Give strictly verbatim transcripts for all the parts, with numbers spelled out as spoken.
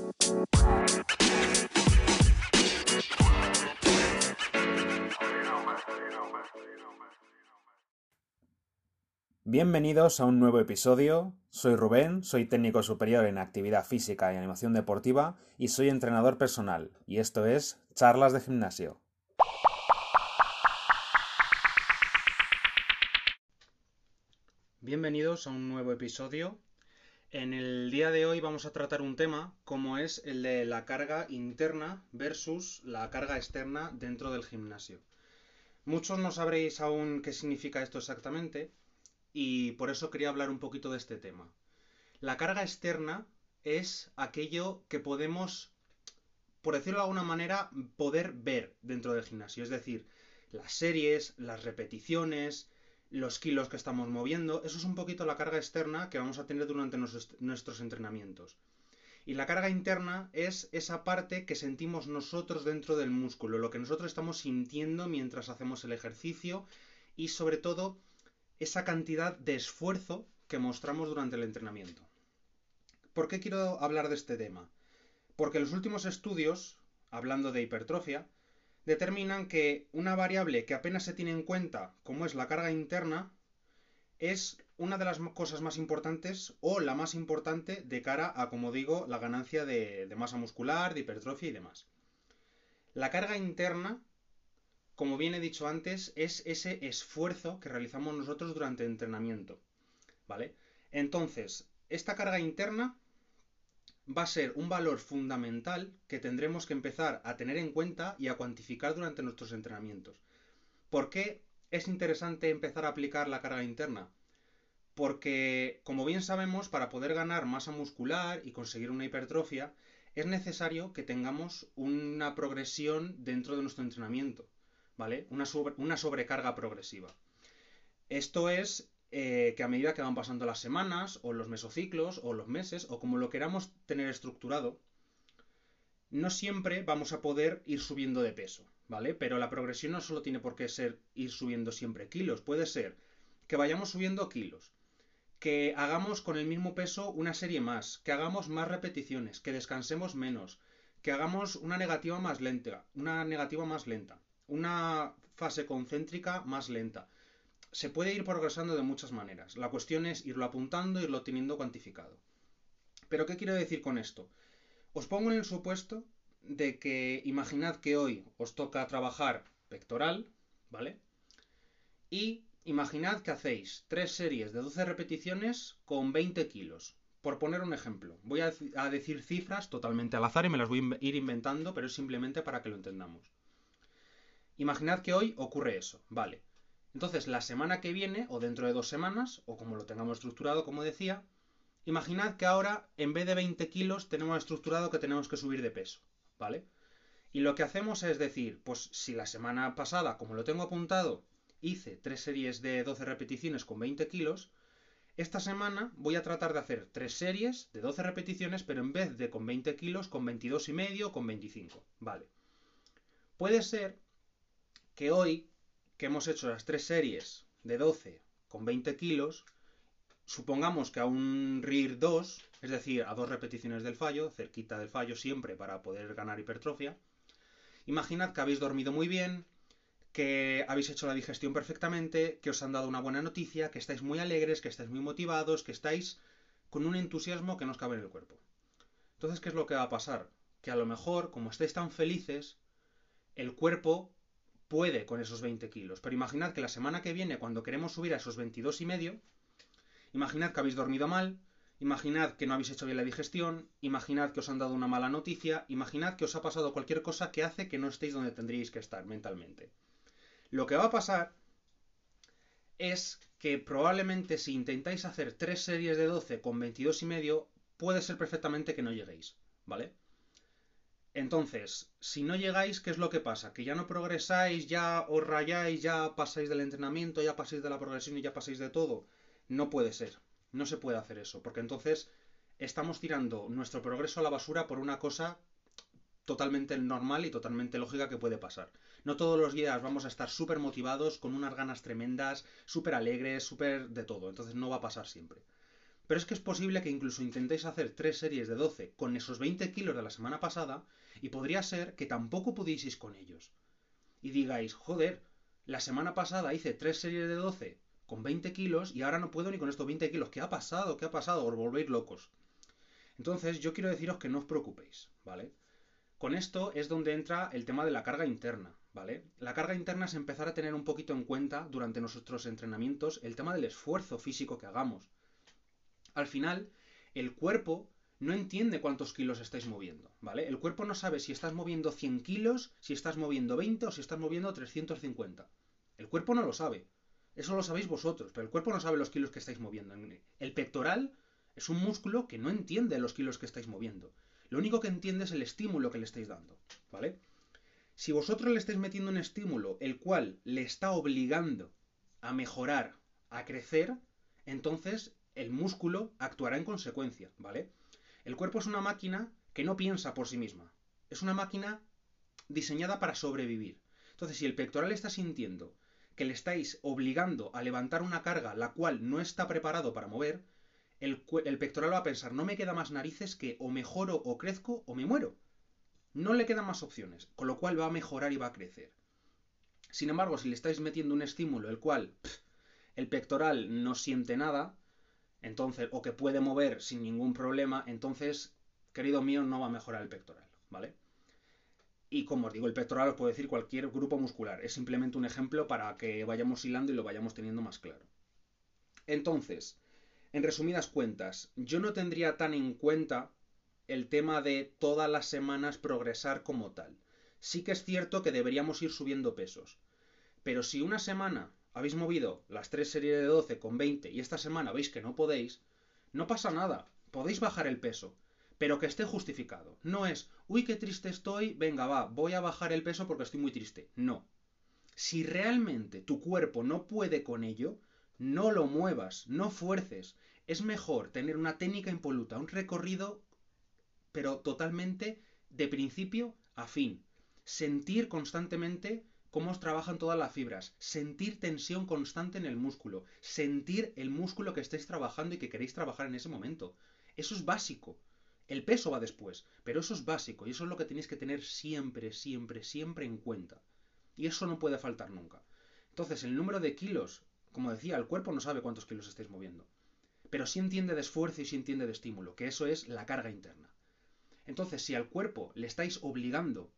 Bienvenidos a un nuevo episodio. Soy Rubén, soy técnico superior en actividad física y animación deportiva y soy entrenador personal, y esto es Charlas de Gimnasio. Bienvenidos a un nuevo episodio. En el día de hoy vamos a tratar un tema como es el de la carga interna versus la carga externa dentro del gimnasio. Muchos no sabréis aún qué significa esto exactamente, y por eso quería hablar un poquito de este tema. La carga externa es aquello que podemos, por decirlo de alguna manera, poder ver dentro del gimnasio. Es decir, las series, las repeticiones, los kilos que estamos moviendo. Eso es un poquito la carga externa que vamos a tener durante nuestros entrenamientos. Y la carga interna es esa parte que sentimos nosotros dentro del músculo, lo que nosotros estamos sintiendo mientras hacemos el ejercicio y sobre todo esa cantidad de esfuerzo que mostramos durante el entrenamiento. ¿Por qué quiero hablar de este tema? Porque los últimos estudios, hablando de hipertrofia, determinan que una variable que apenas se tiene en cuenta, como es la carga interna, es una de las cosas más importantes o la más importante de cara a, como digo, la ganancia de, de masa muscular, de hipertrofia y demás. La carga interna, como bien he dicho antes, es ese esfuerzo que realizamos nosotros durante el entrenamiento, ¿vale? Entonces, esta carga interna va a ser un valor fundamental que tendremos que empezar a tener en cuenta y a cuantificar durante nuestros entrenamientos. ¿Por qué es interesante empezar a aplicar la carga interna? Porque, como bien sabemos, para poder ganar masa muscular y conseguir una hipertrofia, es necesario que tengamos una progresión dentro de nuestro entrenamiento, ¿vale? Una, sobre, una sobrecarga progresiva. Esto es eh, que a medida que van pasando las semanas, o los mesociclos, o los meses, o como lo queramos tener estructurado, no siempre vamos a poder ir subiendo de peso, ¿vale? Pero la progresión no solo tiene por qué ser ir subiendo siempre kilos, puede ser que vayamos subiendo kilos, que hagamos con el mismo peso una serie más, que hagamos más repeticiones, que descansemos menos, que hagamos una negativa más lenta, una negativa más lenta, una fase concéntrica más lenta. Se puede ir progresando de muchas maneras. La cuestión es irlo apuntando, irlo teniendo cuantificado. ¿Pero qué quiero decir con esto? Os pongo en el supuesto de que imaginad que hoy os toca trabajar pectoral, ¿vale? Y imaginad que hacéis tres series de doce repeticiones con veinte kilos. Por poner un ejemplo, voy a, a decir cifras totalmente al azar y me las voy a ir inventando, pero es simplemente para que lo entendamos. Imaginad que hoy ocurre eso, ¿vale? Entonces, la semana que viene, o dentro de dos semanas, o como lo tengamos estructurado, como decía, imaginad que ahora, en vez de veinte kilos, tenemos estructurado que tenemos que subir de peso, ¿vale? Y lo que hacemos es decir, pues si la semana pasada, como lo tengo apuntado, hice tres series de doce repeticiones con veinte kilos, esta semana voy a tratar de hacer tres series de doce repeticiones, pero en vez de con veinte kilos, con veintidós y medio o con veinticinco, ¿vale? Puede ser que hoy, que hemos hecho las tres series de doce con veinte kilos, supongamos que a un R I R dos, es decir, a dos repeticiones del fallo, cerquita del fallo siempre para poder ganar hipertrofia, imaginad que habéis dormido muy bien, que habéis hecho la digestión perfectamente, que os han dado una buena noticia, que estáis muy alegres, que estáis muy motivados, que estáis con un entusiasmo que no os cabe en el cuerpo. Entonces, ¿qué es lo que va a pasar? Que a lo mejor, como estáis tan felices, el cuerpo puede con esos veinte kilos. Pero imaginad que la semana que viene, cuando queremos subir a esos veintidós y medio, imaginad que habéis dormido mal, imaginad que no habéis hecho bien la digestión, imaginad que os han dado una mala noticia, imaginad que os ha pasado cualquier cosa que hace que no estéis donde tendríais que estar mentalmente. Lo que va a pasar es que probablemente si intentáis hacer tres series de doce con veintidós y medio, puede ser perfectamente que no lleguéis, ¿vale? Entonces, si no llegáis, ¿qué es lo que pasa? Que ya no progresáis, ya os rayáis, ya pasáis del entrenamiento, ya pasáis de la progresión y ya pasáis de todo. No puede ser, no se puede hacer eso, porque entonces estamos tirando nuestro progreso a la basura por una cosa totalmente normal y totalmente lógica que puede pasar. No todos los días vamos a estar súper motivados, con unas ganas tremendas, súper alegres, súper de todo. Entonces no va a pasar siempre. Pero es que es posible que incluso intentéis hacer tres series de doce con esos veinte kilos de la semana pasada y podría ser que tampoco pudieseis con ellos. Y digáis, joder, la semana pasada hice tres series de doce con veinte kilos y ahora no puedo ni con estos veinte kilos. ¿Qué ha pasado? ¿Qué ha pasado? Os volvéis locos. Entonces yo quiero deciros que no os preocupéis, ¿vale? Con esto es donde entra el tema de la carga interna, ¿vale? La carga interna es empezar a tener un poquito en cuenta durante nuestros entrenamientos el tema del esfuerzo físico que hagamos. Al final, el cuerpo no entiende cuántos kilos estáis moviendo, ¿vale? El cuerpo no sabe si estás moviendo cien kilos, si estás moviendo veinte o si estás moviendo trescientos cincuenta. El cuerpo no lo sabe. Eso lo sabéis vosotros, pero el cuerpo no sabe los kilos que estáis moviendo. El pectoral es un músculo que no entiende los kilos que estáis moviendo. Lo único que entiende es el estímulo que le estáis dando, ¿vale? Si vosotros le estáis metiendo un estímulo el cual le está obligando a mejorar, a crecer, entonces el músculo actuará en consecuencia, ¿vale? El cuerpo es una máquina que no piensa por sí misma. Es una máquina diseñada para sobrevivir. Entonces, si el pectoral está sintiendo que le estáis obligando a levantar una carga la cual no está preparado para mover, el, el pectoral va a pensar, no me queda más narices que o mejoro o crezco o me muero. No le quedan más opciones, con lo cual va a mejorar y va a crecer. Sin embargo, si le estáis metiendo un estímulo el cual pff, el pectoral no siente nada, entonces, o que puede mover sin ningún problema, entonces, querido mío, no va a mejorar el pectoral, ¿vale? Y como os digo, el pectoral os puede decir cualquier grupo muscular. Es simplemente un ejemplo para que vayamos hilando y lo vayamos teniendo más claro. Entonces, en resumidas cuentas, yo no tendría tan en cuenta el tema de todas las semanas progresar como tal. Sí que es cierto que deberíamos ir subiendo pesos. Pero si una semana habéis movido las tres series de doce con veinte y esta semana veis que no podéis, no pasa nada. Podéis bajar el peso, pero que esté justificado. No es, uy, qué triste estoy, venga, va, voy a bajar el peso porque estoy muy triste. No. Si realmente tu cuerpo no puede con ello, no lo muevas, no fuerces. Es mejor tener una técnica impoluta, un recorrido, pero totalmente de principio a fin. Sentir constantemente cómo os trabajan todas las fibras, sentir tensión constante en el músculo, sentir el músculo que estáis trabajando y que queréis trabajar en ese momento. Eso es básico. El peso va después, pero eso es básico y eso es lo que tenéis que tener siempre, siempre, siempre en cuenta. Y eso no puede faltar nunca. Entonces, el número de kilos, como decía, el cuerpo no sabe cuántos kilos estáis moviendo, pero sí entiende de esfuerzo y sí entiende de estímulo, que eso es la carga interna. Entonces, si al cuerpo le estáis obligando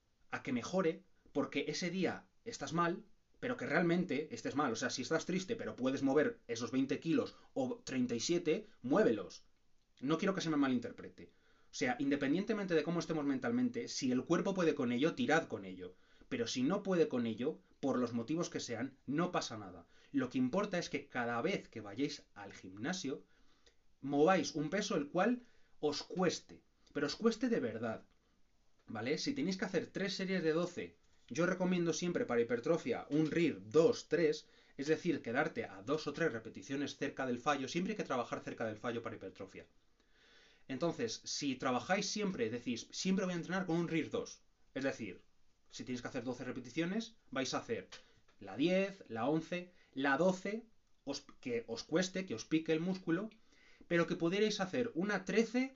a que mejore, porque ese día estás mal, pero que realmente estés mal, o sea, si estás triste pero puedes mover esos veinte kilos o treinta y siete, muévelos. No quiero que se me malinterprete. O sea, independientemente de cómo estemos mentalmente, si el cuerpo puede con ello, tirad con ello. Pero si no puede con ello, por los motivos que sean, no pasa nada. Lo que importa es que cada vez que vayáis al gimnasio, mováis un peso el cual os cueste, pero os cueste de verdad. ¿Vale? Si tenéis que hacer tres series de doce, yo recomiendo siempre para hipertrofia un R I R dos, tres, es decir, quedarte a dos o tres repeticiones cerca del fallo, siempre hay que trabajar cerca del fallo para hipertrofia. Entonces, si trabajáis siempre, decís, siempre voy a entrenar con un R I R dos, es decir, si tenéis que hacer doce repeticiones, vais a hacer la diez, la once, la doce, os, que os cueste, que os pique el músculo, pero que pudierais hacer una trece,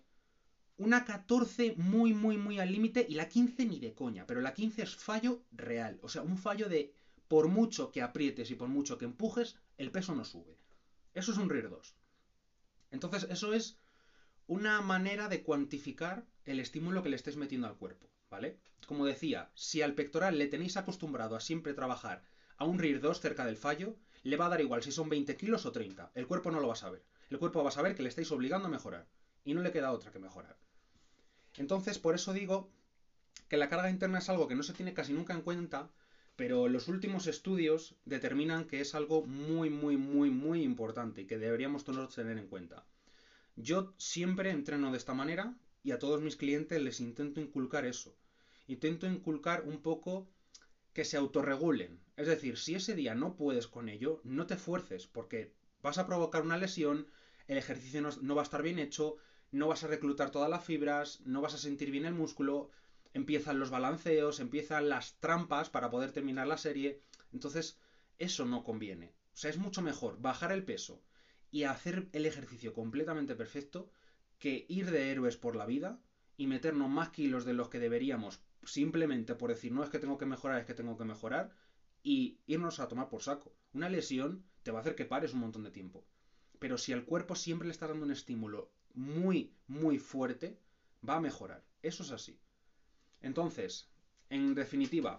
una catorce muy, muy, muy al límite y la quince ni de coña, pero la quince es fallo real, o sea, un fallo de por mucho que aprietes y por mucho que empujes, el peso no sube. Eso es un R I R dos. Entonces, eso es una manera de cuantificar el estímulo que le estés metiendo al cuerpo, ¿vale? Como decía, si al pectoral le tenéis acostumbrado a siempre trabajar a un R I R dos cerca del fallo, le va a dar igual si son veinte kilos o treinta. El cuerpo no lo va a saber. El cuerpo va a saber que le estáis obligando a mejorar. Y no le queda otra que mejorar. Entonces, por eso digo que la carga interna es algo que no se tiene casi nunca en cuenta, pero los últimos estudios determinan que es algo muy, muy, muy, muy importante y que deberíamos todos tener en cuenta. Yo siempre entreno de esta manera y a todos mis clientes les intento inculcar eso. Intento inculcar un poco que se autorregulen. Es decir, si ese día no puedes con ello, no te fuerces porque vas a provocar una lesión, el ejercicio no, no va a estar bien hecho, no vas a reclutar todas las fibras, no vas a sentir bien el músculo, empiezan los balanceos, empiezan las trampas para poder terminar la serie. Entonces, eso no conviene. O sea, es mucho mejor bajar el peso y hacer el ejercicio completamente perfecto que ir de héroes por la vida y meternos más kilos de los que deberíamos simplemente por decir, no es que tengo que mejorar, es que tengo que mejorar, y irnos a tomar por saco. Una lesión te va a hacer que pares un montón de tiempo. Pero si al cuerpo siempre le está dando un estímulo muy, muy fuerte, va a mejorar. Eso es así. Entonces, en definitiva,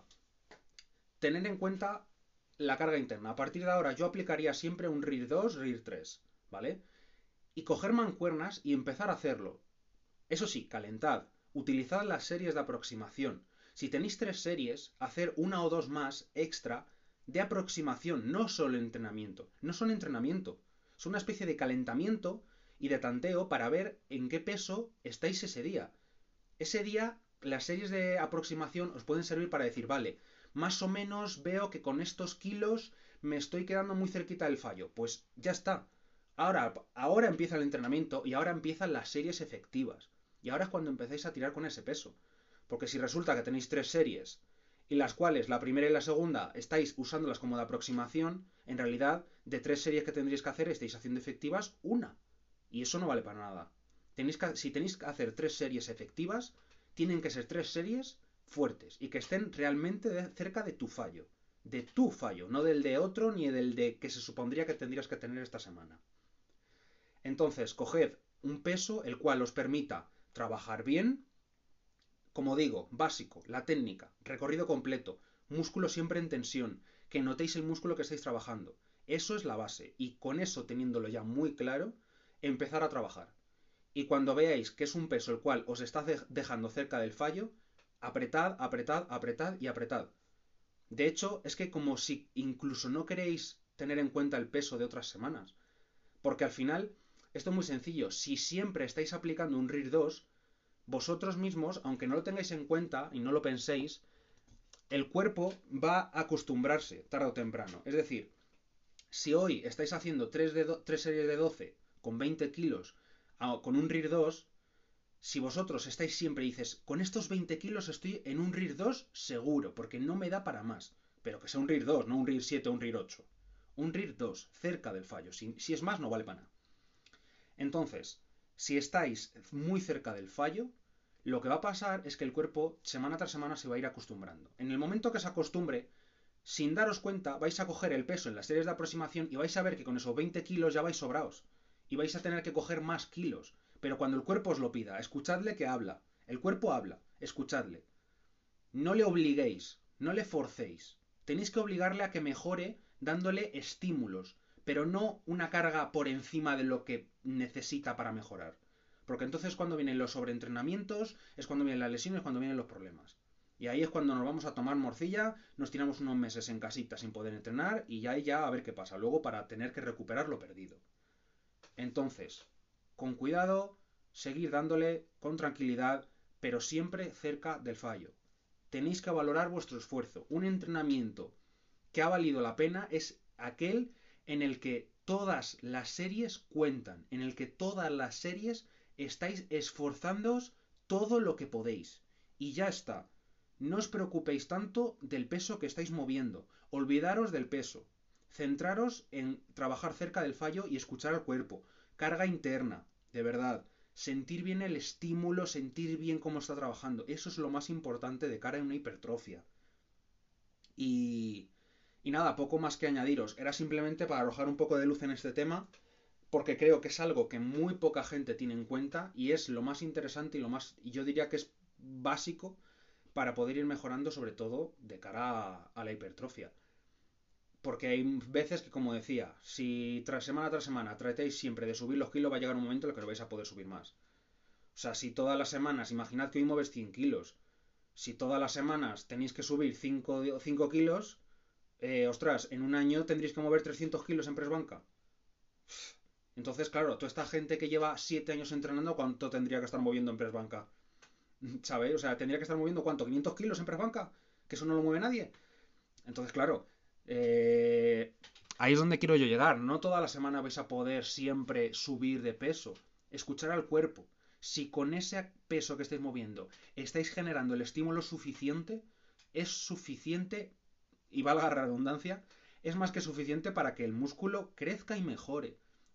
tener en cuenta la carga interna. A partir de ahora yo aplicaría siempre un R I R dos, R I R tres, ¿vale? Y coger mancuernas y empezar a hacerlo. Eso sí, calentad. Utilizad las series de aproximación. Si tenéis tres series, hacer una o dos más extra de aproximación, no solo entrenamiento. No son entrenamiento. Es una especie de calentamiento y de tanteo para ver en qué peso estáis ese día. Ese día, las series de aproximación os pueden servir para decir, vale, más o menos veo que con estos kilos me estoy quedando muy cerquita del fallo. Pues ya está. Ahora, ahora empieza el entrenamiento y ahora empiezan las series efectivas. Y ahora es cuando empezáis a tirar con ese peso. Porque si resulta que tenéis tres series y las cuales la primera y la segunda estáis usándolas como de aproximación, en realidad de tres series que tendréis que hacer estáis haciendo efectivas una. Y eso no vale para nada. Tenéis que, si tenéis que hacer tres series efectivas, tienen que ser tres series fuertes y que estén realmente de, cerca de tu fallo. De tu fallo, no del de otro ni del de que se supondría que tendrías que tener esta semana. Entonces, coged un peso el cual os permita trabajar bien. Como digo, básico, la técnica, recorrido completo, músculo siempre en tensión, que notéis el músculo que estáis trabajando. Eso es la base y con eso teniéndolo ya muy claro, empezar a trabajar. Y cuando veáis que es un peso el cual os está dejando cerca del fallo, apretad, apretad, apretad y apretad. De hecho, es que como si incluso no queréis tener en cuenta el peso de otras semanas. Porque al final, esto es muy sencillo. Si siempre estáis aplicando un R I R dos, vosotros mismos, aunque no lo tengáis en cuenta y no lo penséis, el cuerpo va a acostumbrarse tarde o temprano. Es decir, si hoy estáis haciendo tres series de doce con veinte kilos con un R I R dos, si vosotros estáis siempre y dices, con estos veinte kilos estoy en un R I R dos seguro, porque no me da para más. Pero que sea un R I R dos, no un R I R siete o un R I R ocho. Un R I R dos, cerca del fallo. Si, si es más, no vale para nada. Entonces, si estáis muy cerca del fallo, lo que va a pasar es que el cuerpo semana tras semana se va a ir acostumbrando. En el momento que se acostumbre, sin daros cuenta, vais a coger el peso en las series de aproximación y vais a ver que con esos veinte kilos ya vais sobraos. Y vais a tener que coger más kilos. Pero cuando el cuerpo os lo pida, escuchadle que habla. El cuerpo habla, escuchadle. No le obliguéis, no le forcéis. Tenéis que obligarle a que mejore dándole estímulos, pero no una carga por encima de lo que necesita para mejorar. Porque entonces cuando vienen los sobreentrenamientos, es cuando vienen las lesiones, es cuando vienen los problemas. Y ahí es cuando nos vamos a tomar morcilla, nos tiramos unos meses en casita sin poder entrenar y ya, ya a ver qué pasa luego para tener que recuperar lo perdido. Entonces, con cuidado, seguir dándole con tranquilidad, pero siempre cerca del fallo. Tenéis que valorar vuestro esfuerzo. Un entrenamiento que ha valido la pena es aquel en el que todas las series cuentan, en el que todas las series estáis esforzándoos todo lo que podéis. Y ya está. No os preocupéis tanto del peso que estáis moviendo. Olvidaros del peso. Centraros en trabajar cerca del fallo y escuchar al cuerpo. Carga interna, de verdad. Sentir bien el estímulo, sentir bien cómo está trabajando. Eso es lo más importante de cara a una hipertrofia. Y, y nada, poco más que añadiros. Era simplemente para arrojar un poco de luz en este tema, porque creo que es algo que muy poca gente tiene en cuenta y es lo más interesante y lo más, y yo diría que es básico para poder ir mejorando, sobre todo de cara a, a la hipertrofia. Porque hay veces que, como decía, si tras semana tras semana tratéis siempre de subir los kilos, va a llegar un momento en el que no vais a poder subir más. O sea, si todas las semanas, imaginad que hoy mueves cien kilos, si todas las semanas tenéis que subir cinco kilos, eh, ostras, en un año tendréis que mover trescientos kilos en press banca. Entonces, claro, toda esta gente que lleva siete años entrenando, ¿cuánto tendría que estar moviendo en press banca? ¿Sabéis? O sea, tendría que estar moviendo ¿cuánto? ¿quinientos kilos en press banca? Que eso no lo mueve nadie. Entonces, claro, eh, ahí es donde quiero yo llegar. No toda la semana vais a poder siempre subir de peso. Escuchar al cuerpo. Si con ese peso que estáis moviendo estáis generando el estímulo suficiente, es suficiente, y valga la redundancia, es más que suficiente para que el músculo crezca y mejore.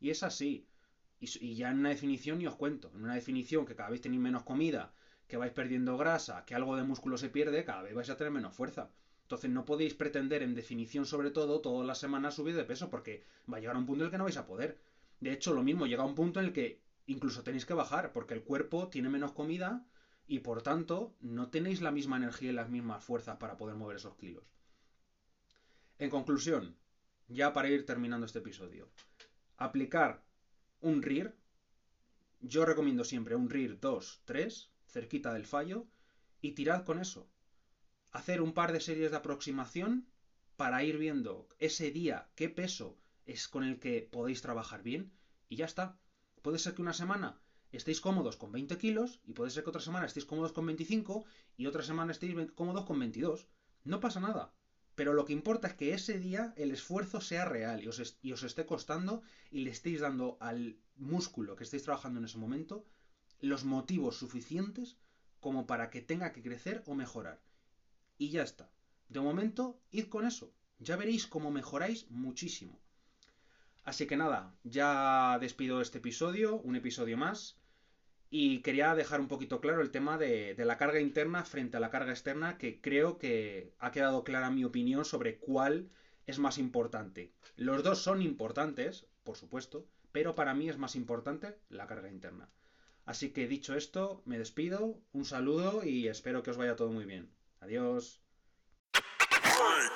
Y es así. Y, y ya en una definición ni os cuento. En una definición que cada vez tenéis menos comida, que vais perdiendo grasa, que algo de músculo se pierde, cada vez vais a tener menos fuerza. Entonces no podéis pretender en definición sobre todo todas las semanas subir de peso porque va a llegar a un punto en el que no vais a poder. De hecho, lo mismo, llega a un punto en el que incluso tenéis que bajar porque el cuerpo tiene menos comida y por tanto no tenéis la misma energía y las mismas fuerzas para poder mover esos kilos. En conclusión, ya para ir terminando este episodio, aplicar un R I R, yo recomiendo siempre un R I R dos, tres, cerquita del fallo, y tirad con eso. Hacer un par de series de aproximación para ir viendo ese día qué peso es con el que podéis trabajar bien y ya está. Puede ser que una semana estéis cómodos con veinte kilos y puede ser que otra semana estéis cómodos con veinticinco y otra semana estéis cómodos con veintidós. No pasa nada. Pero lo que importa es que ese día el esfuerzo sea real y os, est y os esté costando y le estéis dando al músculo que estéis trabajando en ese momento los motivos suficientes como para que tenga que crecer o mejorar. Y ya está. De momento, id con eso. Ya veréis cómo mejoráis muchísimo. Así que nada, ya despido este episodio, un episodio más. Y quería dejar un poquito claro el tema de, de la carga interna frente a la carga externa, que creo que ha quedado clara mi opinión sobre cuál es más importante. Los dos son importantes, por supuesto, pero para mí es más importante la carga interna. Así que dicho esto, me despido, un saludo y espero que os vaya todo muy bien. Adiós.